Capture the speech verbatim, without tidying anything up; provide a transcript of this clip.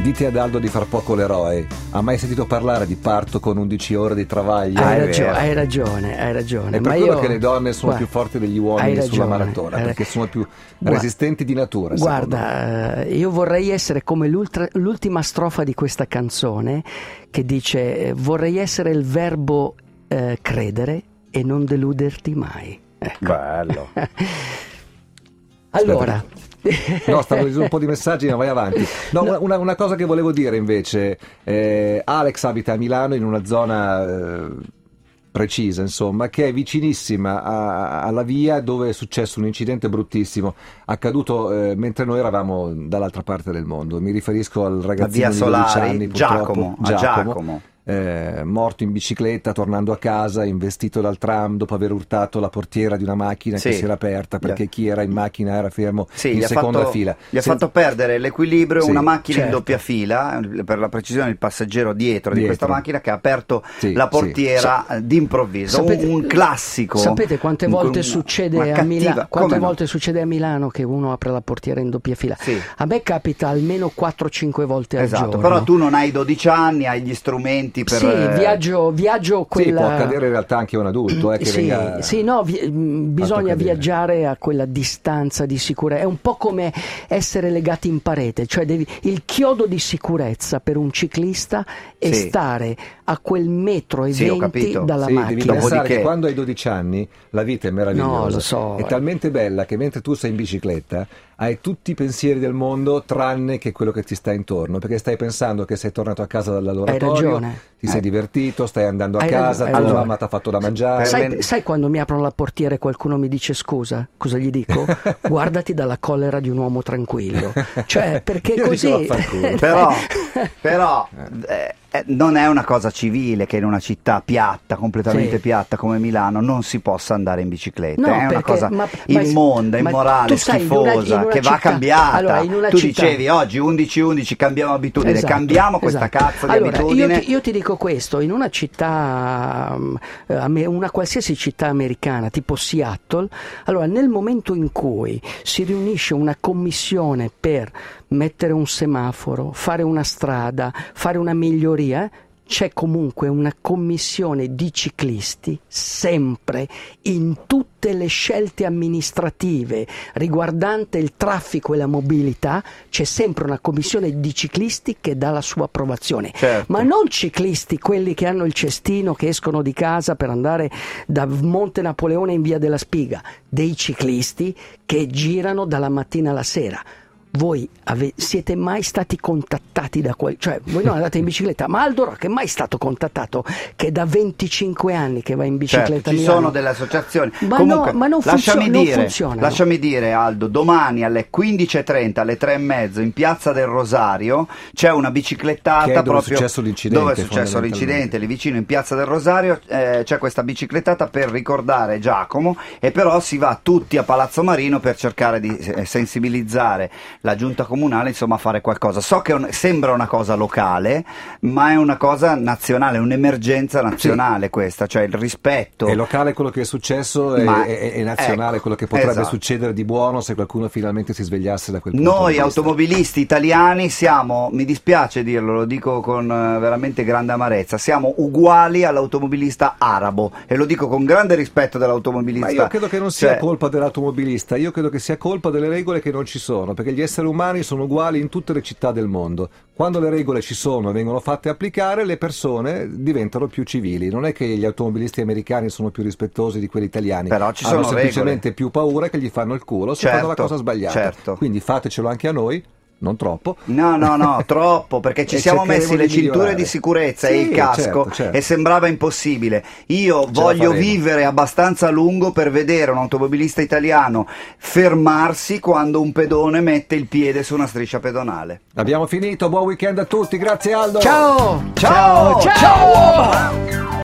dite ad Aldo di far poco l'eroe. Ha mai sentito parlare di parto con undici ore di travaglio? Hai, ragio- hai ragione, hai ragione. È per Ma quello io... che le donne sono Guarda, più forti degli uomini ragione, sulla maratona, hai... perché sono più Guarda, resistenti di natura. Guarda, eh, io vorrei essere come l'ultima strofa di questa canzone che dice: vorrei essere il verbo eh, credere e non deluderti mai. Ecco. Bello. Allora, no, stavo leggendo un po' di messaggi, ma vai avanti. No, no. Una, una cosa che volevo dire invece, eh, Alex abita a Milano in una zona eh, precisa, insomma, che è vicinissima a, alla via dove è successo un incidente bruttissimo, accaduto eh, mentre noi eravamo dall'altra parte del mondo. Mi riferisco al ragazzino di dodici anni, Giacomo, Giacomo, Giacomo. Eh, morto in bicicletta tornando a casa, investito dal tram dopo aver urtato la portiera di una macchina sì. che si era aperta perché yeah. chi era in macchina era fermo sì, in gli seconda fatto, fila. Gli ha Sen- fatto perdere l'equilibrio sì, una macchina certo. in doppia fila, per la precisione il passeggero dietro, dietro. di questa macchina che ha aperto sì, la portiera sì. d'improvviso. Sapete, un, un classico. Sapete quante volte, un, succede, a Mila- quante volte no? succede a Milano che uno apre la portiera in doppia fila? Sì. A me capita almeno quattro cinque volte esatto, al giorno. Però tu non hai dodici anni, hai gli strumenti per... Sì, via- Viaggio, viaggio quella... Sì, può accadere in realtà anche a un adulto eh, che sì, venga... sì, no, vi... bisogna viaggiare a quella distanza di sicurezza. È un po' come essere legati in parete, cioè devi... il chiodo di sicurezza per un ciclista è sì. stare a quel metro e sì, venti dalla sì, macchina. Devi pensare che quando hai dodici anni la vita è meravigliosa, no, lo so, è talmente bella che mentre tu sei in bicicletta hai tutti i pensieri del mondo tranne che quello che ti sta intorno, perché stai pensando che sei tornato a casa dall'oratorio, ti sei eh. divertito, stai andando a hai casa, ragione, tua mamma ti ha fatto da mangiare. Sai, sai quando mi aprono la portiera e qualcuno mi dice scusa, cosa gli dico? Guardati dalla collera di un uomo tranquillo, cioè perché Io così però, però eh, eh, non è una cosa civile che in una città piatta, completamente sì. piatta come Milano, non si possa andare in bicicletta. No, è perché, una cosa ma, immonda, ma, immorale, ma sai, schifosa, in una, in una che città, va cambiata. Allora, in una tu città... dicevi oggi undici undici cambiamo abitudine, esatto, cambiamo questa esatto. cazzo di allora, abitudine. Io ti, io ti dico questo, in una città, una qualsiasi città americana, tipo Seattle, allora nel momento in cui si riunisce una commissione per mettere un semaforo, fare una strada, fare una miglioria, c'è comunque una commissione di ciclisti sempre in tutte le scelte amministrative riguardante il traffico e la mobilità, c'è sempre una commissione di ciclisti che dà la sua approvazione, certo. ma non ciclisti quelli che hanno il cestino, che escono di casa per andare da Monte Napoleone in via della Spiga, dei ciclisti che girano dalla mattina alla sera. Voi ave- siete mai stati contattati da quel... cioè voi non andate in bicicletta, ma Aldo Rock è mai stato contattato, che è da venticinque anni che va in bicicletta? Certo, ci sono delle associazioni. Ma, Comunque, no, ma non, lasciami funzio- dire, non funziona. Lasciami dire Aldo, domani alle quindici e trenta, alle tre e mezzo in Piazza del Rosario c'è una biciclettata che è dove proprio è successo l'incidente, dove è successo l'incidente, lì vicino in Piazza del Rosario eh, c'è questa biciclettata per ricordare Giacomo, e però si va tutti a Palazzo Marino per cercare di eh, sensibilizzare la giunta comunale, insomma, a fare qualcosa. So che un, sembra una cosa locale, ma è una cosa nazionale, un'emergenza nazionale, sì. questa, cioè il rispetto. È locale quello che è successo, ma, è, è, è nazionale ecco, quello che potrebbe esatto. succedere di buono se qualcuno finalmente si svegliasse da quel punto Noi di vista. automobilisti italiani siamo, mi dispiace dirlo, lo dico con uh, veramente grande amarezza, siamo uguali all'automobilista arabo, e lo dico con grande rispetto dell'automobilista. Ma io credo che non sia cioè, colpa dell'automobilista, io credo che sia colpa delle regole che non ci sono, perché gli esseri umani sono uguali in tutte le città del mondo. Quando le regole ci sono e vengono fatte applicare, le persone diventano più civili. Non è che gli automobilisti americani sono più rispettosi di quelli italiani, però ci hanno sono semplicemente regole. più paura che gli fanno il culo se certo, fanno la cosa sbagliata. Certo. Quindi fatecelo anche a noi. Non troppo. No, no, no, troppo, perché ci e siamo messi le di cinture migliorare. di sicurezza sì, e il casco certo, certo. e sembrava impossibile. Io Ce voglio vivere abbastanza a lungo per vedere un automobilista italiano fermarsi quando un pedone mette il piede su una striscia pedonale. Abbiamo finito, buon weekend a tutti, grazie Aldo. Ciao! Ciao! Ciao! Ciao!